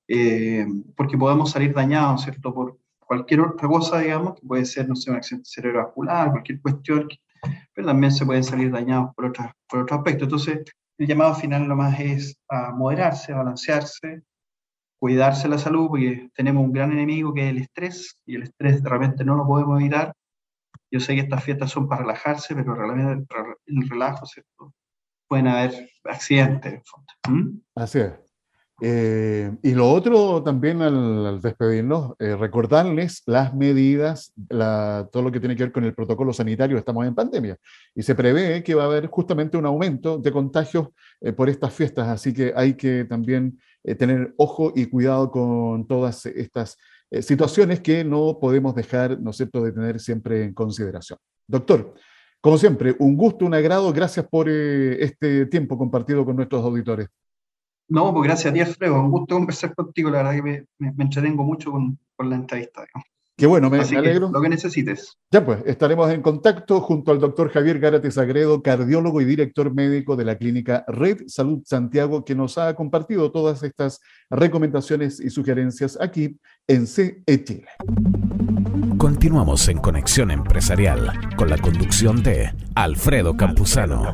Porque podemos salir dañados, ¿cierto? Por cualquier otra cosa, digamos, que puede ser, no sé, un accidente cerebrovascular, cualquier cuestión, pero también se pueden salir dañados por otro aspecto. Entonces, el llamado final nomás es a moderarse, a balancearse, cuidarse la salud, porque tenemos un gran enemigo que es el estrés, y el estrés de repente no lo podemos evitar. Yo sé que estas fiestas son para relajarse, pero realmente en el relajo, ¿cierto? Pueden haber accidentes, en el fondo. ¿Mm? Así es. Y lo otro también al despedirnos, recordarles las medidas, todo lo que tiene que ver con el protocolo sanitario. Estamos en pandemia y se prevé que va a haber justamente un aumento de contagios por estas fiestas, así que hay que también tener ojo y cuidado con todas estas situaciones que no podemos dejar, ¿no es cierto?, de tener siempre en consideración. Doctor, como siempre, un gusto, un agrado. Gracias por este tiempo compartido con nuestros auditores. No, pues gracias a ti, Alfredo. Un gusto conversar contigo. La verdad que me entretengo mucho con la entrevista, digamos. Qué bueno, me Así que alegro. lo que necesites. Ya pues, estaremos en contacto junto al doctor Javier Gárate Sagredo, cardiólogo y director médico de la clínica Red Salud Santiago, que nos ha compartido todas estas recomendaciones y sugerencias aquí en CE Chile. Continuamos en Conexión Empresarial con la conducción de Alfredo Campuzano.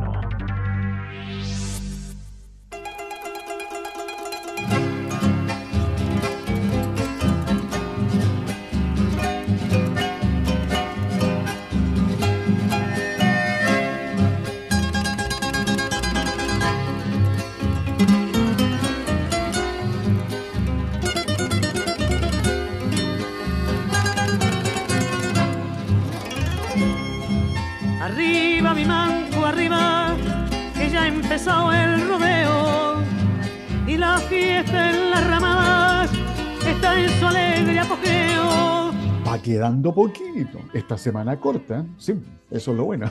Arriba mi manco, arriba, que ya empezó el rodeo y la fiesta en las ramadas está en su alegre apogeo. Va quedando poquito. Esta semana corta, sí, eso es lo bueno.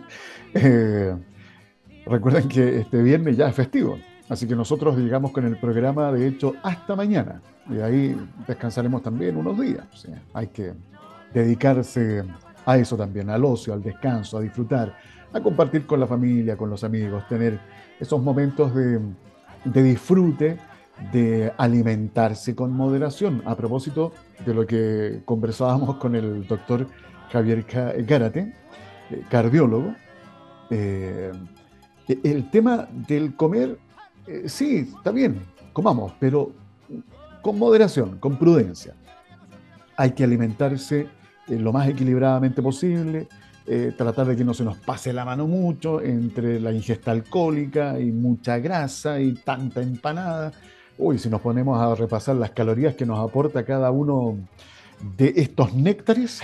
Recuerden que este viernes ya es festivo, así que nosotros llegamos con el programa, de hecho, hasta mañana. Y ahí descansaremos también unos días. O sea, hay que dedicarse a eso también, al ocio, al descanso, a disfrutar, a compartir con la familia, con los amigos, tener esos momentos de disfrute, de alimentarse con moderación. A propósito de lo que conversábamos con el doctor Javier Gárate, cardiólogo, el tema del comer, sí, está bien, comamos, pero con moderación, con prudencia. Hay que alimentarse lo más equilibradamente posible, tratar de que no se nos pase la mano mucho entre la ingesta alcohólica y mucha grasa y tanta empanada. Uy, si nos ponemos a repasar las calorías que nos aporta cada uno de estos néctares,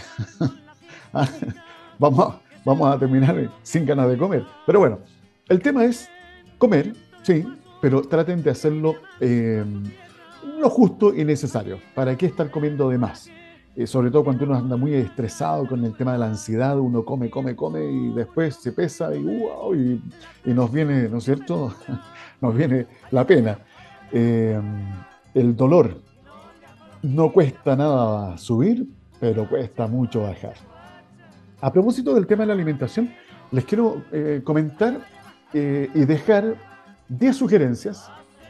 vamos a terminar sin ganas de comer. Pero bueno, el tema es comer, sí, pero traten de hacerlo lo justo y necesario. ¿Para qué estar comiendo de más? Sobre todo cuando uno anda muy estresado con el tema de la ansiedad, uno come y después se pesa y nos viene, ¿no es cierto? Nos viene la pena. El dolor no cuesta nada subir, pero cuesta mucho bajar. A propósito del tema de la alimentación, les quiero comentar y dejar 10 sugerencias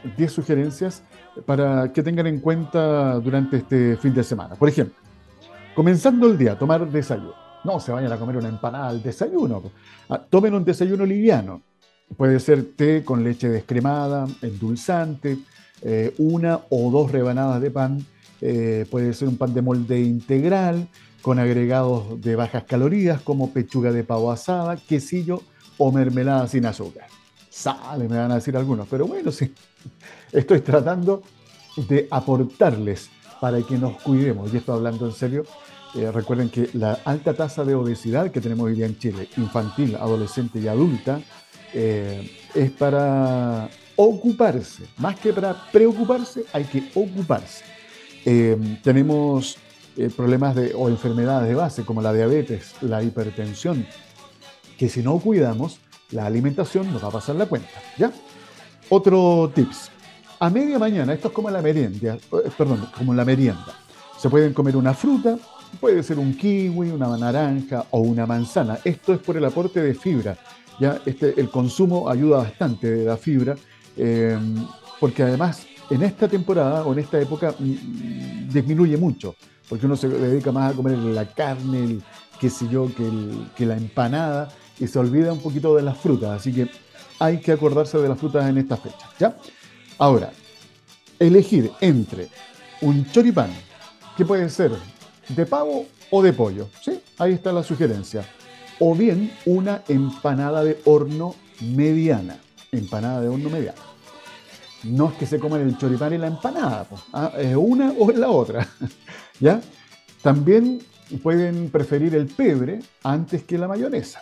para que tengan en cuenta durante este fin de semana. Por ejemplo, comenzando el día, tomar desayuno. No se vayan a comer una empanada al desayuno. Tomen un desayuno liviano. Puede ser té con leche descremada, endulzante, una o dos rebanadas de pan. Puede ser un pan de molde integral con agregados de bajas calorías como pechuga de pavo asada, quesillo o mermelada sin azúcar. Sale, me van a decir algunos, pero bueno, sí. Estoy tratando de aportarles para que nos cuidemos. Y esto hablando en serio, recuerden que la alta tasa de obesidad que tenemos hoy día en Chile, infantil, adolescente y adulta, es para ocuparse. Más que para preocuparse, hay que ocuparse. Tenemos problemas o enfermedades de base como la diabetes, la hipertensión, que si no cuidamos, la alimentación nos va a pasar la cuenta, ¿ya? Otro tips. A media mañana, esto es como la merienda, como la merienda. Se pueden comer una fruta, puede ser un kiwi, una naranja o una manzana. Esto es por el aporte de fibra. Ya el consumo ayuda bastante de la fibra, porque además en esta temporada o en esta época disminuye mucho, porque uno se dedica más a comer la carne, qué sé yo, que la empanada, y se olvida un poquito de las frutas. Así que hay que acordarse de las frutas en estas fechas, ¿ya? Ahora, elegir entre un choripán, que puede ser de pavo o de pollo, ¿sí? Ahí está la sugerencia. O bien una empanada de horno mediana. no es que se coman el choripán y la empanada, pues, es una o es la otra. ¿Ya? También pueden preferir el pebre antes que la mayonesa.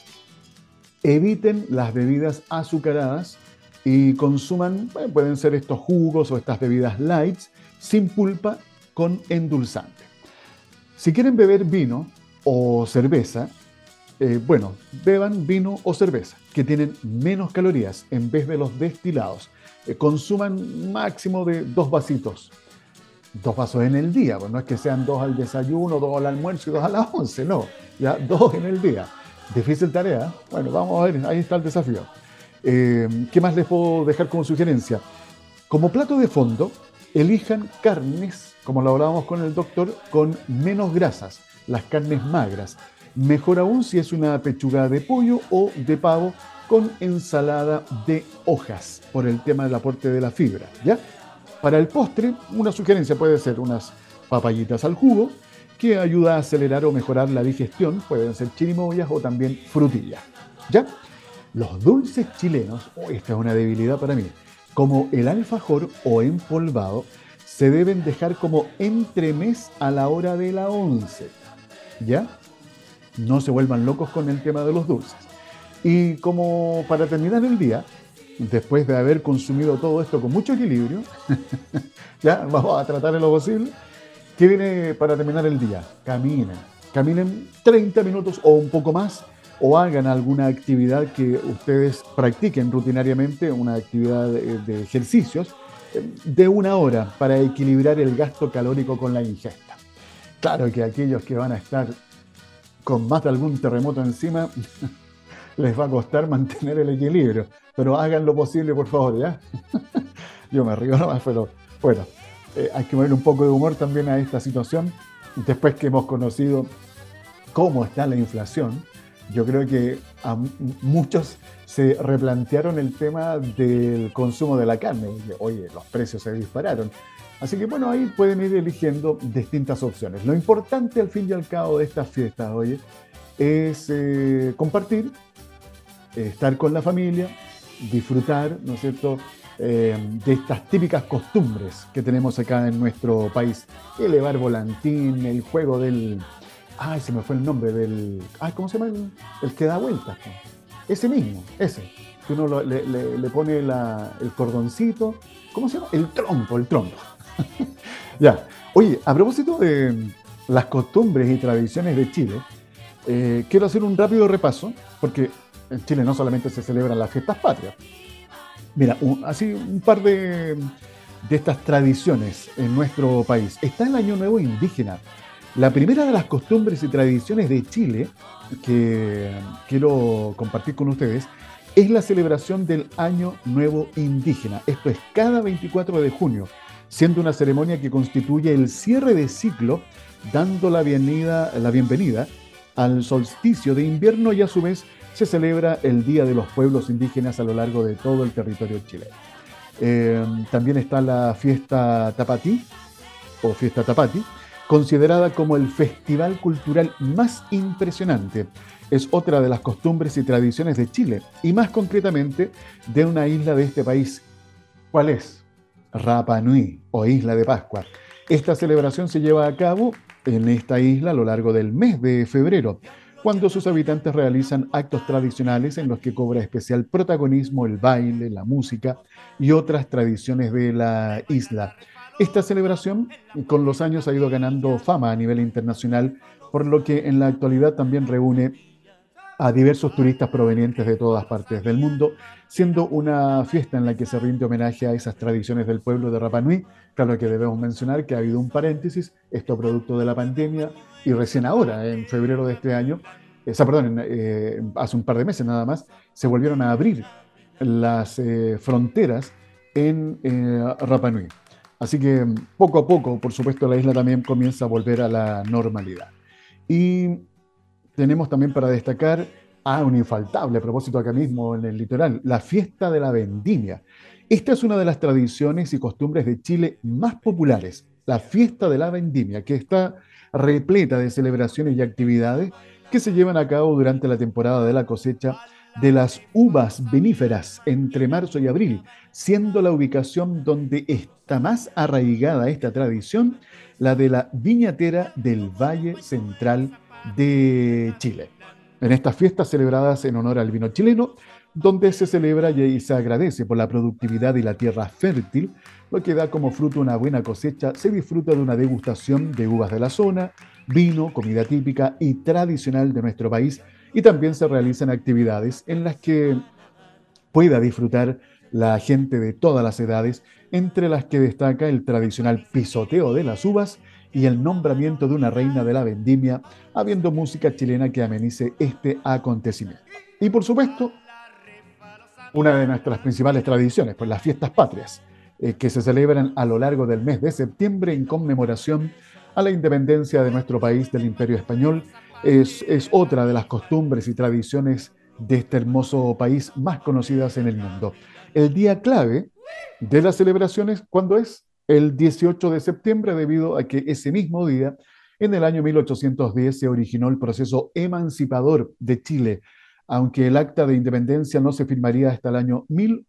Eviten las bebidas azucaradas y consuman, bueno, pueden ser estos jugos o estas bebidas lights sin pulpa con endulzante. Si quieren beber vino o cerveza, bueno, beban vino o cerveza, que tienen menos calorías en vez de los destilados. Consuman máximo de 2 vasitos. 2 vasos en el día, pues no es que sean 2 al desayuno, 2 al almuerzo y 2 a las 11, no, ya 2 en el día. Difícil tarea, bueno, vamos a ver, ahí está el desafío. ¿Qué más les puedo dejar como sugerencia? Como plato de fondo, elijan carnes, como lo hablábamos con el doctor, con menos grasas, las carnes magras. Mejor aún si es una pechuga de pollo o de pavo con ensalada de hojas, por el tema del aporte de la fibra, ¿ya? Para el postre, una sugerencia puede ser unas papayitas al jugo, que ayuda a acelerar o mejorar la digestión, pueden ser chirimoyas o también frutillas, ¿ya? Los dulces chilenos, esta es una debilidad para mí, como el alfajor o empolvado, se deben dejar como entremés a la hora de la 11, ¿ya? No se vuelvan locos con el tema de los dulces. Y como para terminar el día, después de haber consumido todo esto con mucho equilibrio, ya vamos a tratar en lo posible. ¿Qué viene para terminar el día? Caminen. Caminen 30 minutos o un poco más, o hagan alguna actividad que ustedes practiquen rutinariamente, una actividad de ejercicios, de 1 hora para equilibrar el gasto calórico con la ingesta. Claro que aquellos que van a estar con más de algún terremoto encima, les va a costar mantener el equilibrio, pero hagan lo posible, por favor, ¿ya? Yo me río nomás, pero bueno, hay que poner un poco de humor también a esta situación. Después que hemos conocido cómo está la inflación, yo creo que a muchos se replantearon el tema del consumo de la carne. Oye, los precios se dispararon. Así que bueno, ahí pueden ir eligiendo distintas opciones. Lo importante al fin y al cabo de estas fiestas, oye, es compartir, estar con la familia, disfrutar, ¿no es cierto?, de estas típicas costumbres que tenemos acá en nuestro país. Elevar volantín, el juego del... Ay, se me fue el nombre del... Ay, ¿cómo se llama? El que da vueltas. Ese mismo, ese. Que uno le pone el cordoncito. ¿Cómo se llama? El trompo. Ya. Oye, a propósito de las costumbres y tradiciones de Chile, quiero hacer un rápido repaso, porque en Chile no solamente se celebran las fiestas patrias. Mira, así un par de estas tradiciones en nuestro país. Está el Año Nuevo Indígena. La primera de las costumbres y tradiciones de Chile que quiero compartir con ustedes es la celebración del Año Nuevo Indígena. Esto es cada 24 de junio, siendo una ceremonia que constituye el cierre de ciclo, dando la bienvenida al solsticio de invierno, y a su vez se celebra el Día de los Pueblos Indígenas a lo largo de todo el territorio chileno. También está la fiesta Tapatí, o fiesta Tapati, considerada como el festival cultural más impresionante. Es otra de las costumbres y tradiciones de Chile, y más concretamente de una isla de este país. ¿Cuál es? Rapa Nui, o Isla de Pascua. Esta celebración se lleva a cabo en esta isla a lo largo del mes de febrero, cuando sus habitantes realizan actos tradicionales en los que cobra especial protagonismo el baile, la música y otras tradiciones de la isla. Esta celebración con los años ha ido ganando fama a nivel internacional, por lo que en la actualidad también reúne a diversos turistas provenientes de todas partes del mundo, siendo una fiesta en la que se rinde homenaje a esas tradiciones del pueblo de Rapa Nui. Claro que debemos mencionar que ha habido un paréntesis, esto producto de la pandemia, y recién ahora, en febrero de este año, hace un par de meses nada más, se volvieron a abrir las fronteras en Rapa Nui. Así que poco a poco, por supuesto, la isla también comienza a volver a la normalidad. Y tenemos también para destacar un infaltable, a propósito acá mismo en el litoral, la fiesta de la vendimia. Esta es una de las tradiciones y costumbres de Chile más populares, la fiesta de la vendimia, que está repleta de celebraciones y actividades que se llevan a cabo durante la temporada de la cosecha, de las uvas viníferas entre marzo y abril, siendo la ubicación donde está más arraigada esta tradición la de la viñatera del Valle Central de Chile. En estas fiestas celebradas en honor al vino chileno, donde se celebra y se agradece por la productividad y la tierra fértil, lo que da como fruto una buena cosecha, se disfruta de una degustación de uvas de la zona, vino, comida típica y tradicional de nuestro país, y también se realizan actividades en las que pueda disfrutar la gente de todas las edades, entre las que destaca el tradicional pisoteo de las uvas y el nombramiento de una reina de la vendimia, habiendo música chilena que amenice este acontecimiento. Y por supuesto, una de nuestras principales tradiciones, pues las fiestas patrias, que se celebran a lo largo del mes de septiembre en conmemoración a la independencia de nuestro país del Imperio Español, es otra de las costumbres y tradiciones de este hermoso país más conocidas en el mundo. El día clave de las celebraciones, ¿cuándo es? El 18 de septiembre, debido a que ese mismo día, en el año 1810, se originó el proceso emancipador de Chile, aunque el acta de independencia no se firmaría hasta el año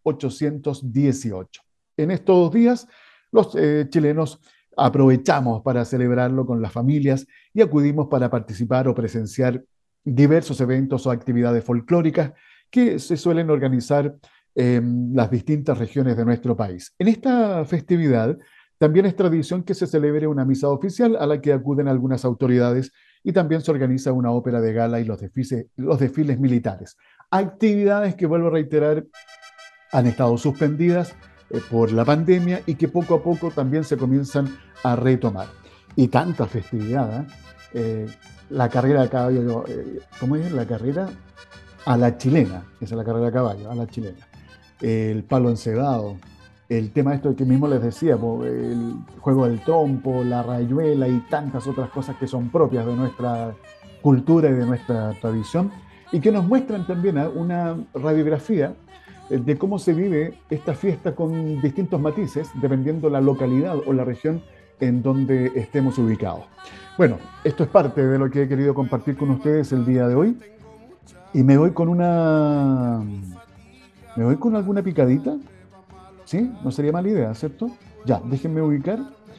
1818. En estos días, los chilenos aprovechamos para celebrarlo con las familias y acudimos para participar o presenciar diversos eventos o actividades folclóricas que se suelen organizar en las distintas regiones de nuestro país. En esta festividad también es tradición que se celebre una misa oficial a la que acuden algunas autoridades, y también se organiza una ópera de gala y los desfiles militares. Actividades que, vuelvo a reiterar, han estado suspendidas por la pandemia y que poco a poco también se comienzan a retomar. Y tanta festividad, la carrera de caballo, ¿cómo es? La carrera a la chilena, esa es la carrera de caballo, a la chilena. El palo encebado, el tema esto que mismo les decía, el juego del trompo, la rayuela y tantas otras cosas que son propias de nuestra cultura y de nuestra tradición, y que nos muestran también una radiografía de cómo se vive esta fiesta con distintos matices, dependiendo la localidad o la región en donde estemos ubicados. Bueno, esto es parte de lo que he querido compartir con ustedes el día de hoy, y me voy con alguna picadita. ¿Sí? No sería mala idea, ¿cierto? Ya, déjenme ubicar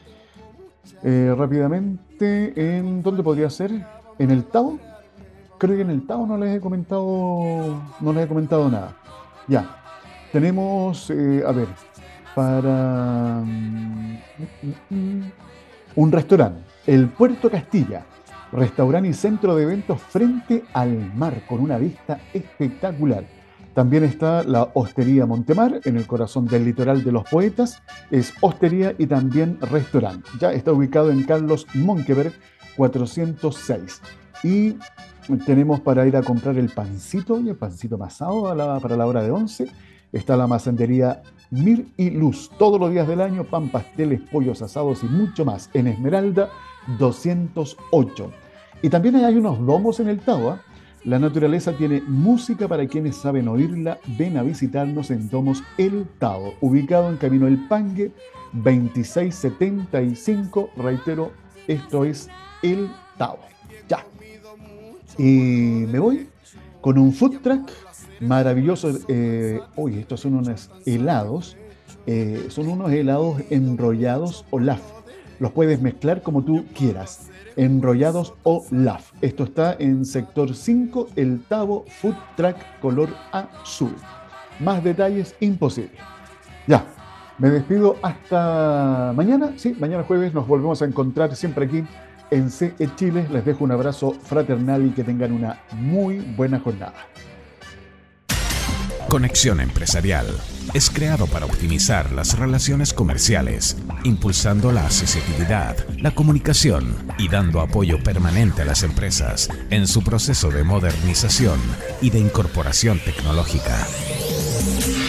rápidamente en dónde podría ser. ¿En el Tao? Creo que en el Tao no les he comentado nada. Ya, tenemos, a ver, para un restaurante, el Puerto Castilla, restaurante y centro de eventos frente al mar, con una vista espectacular. También está la Hostería Montemar, en el corazón del litoral de los poetas. Es hostería y también restaurante. Ya está ubicado en Carlos Monkeberg 406. Y tenemos para ir a comprar el pancito masado para la hora de 11. Está la masandería Mir y Luz. Todos los días del año, pan, pasteles, pollos asados y mucho más. En Esmeralda 208. Y también hay unos domos en el Tao. La naturaleza tiene música para quienes saben oírla. Ven a visitarnos en Domos El Tao, ubicado en Camino El Pangue 2675. Reitero, esto es El Tao. Ya. Y me voy con un food truck maravilloso. Estos son unos helados. Son unos helados enrollados Olaf. Los puedes mezclar como tú quieras. Enrollados Olaf. Esto está en sector 5, el Tao Food Truck color azul. Más detalles imposible. Ya, me despido hasta mañana. Sí, mañana jueves nos volvemos a encontrar siempre aquí en CE Chile. Les dejo un abrazo fraternal y que tengan una muy buena jornada. Conexión Empresarial es creado para optimizar las relaciones comerciales, impulsando la accesibilidad, la comunicación y dando apoyo permanente a las empresas en su proceso de modernización y de incorporación tecnológica.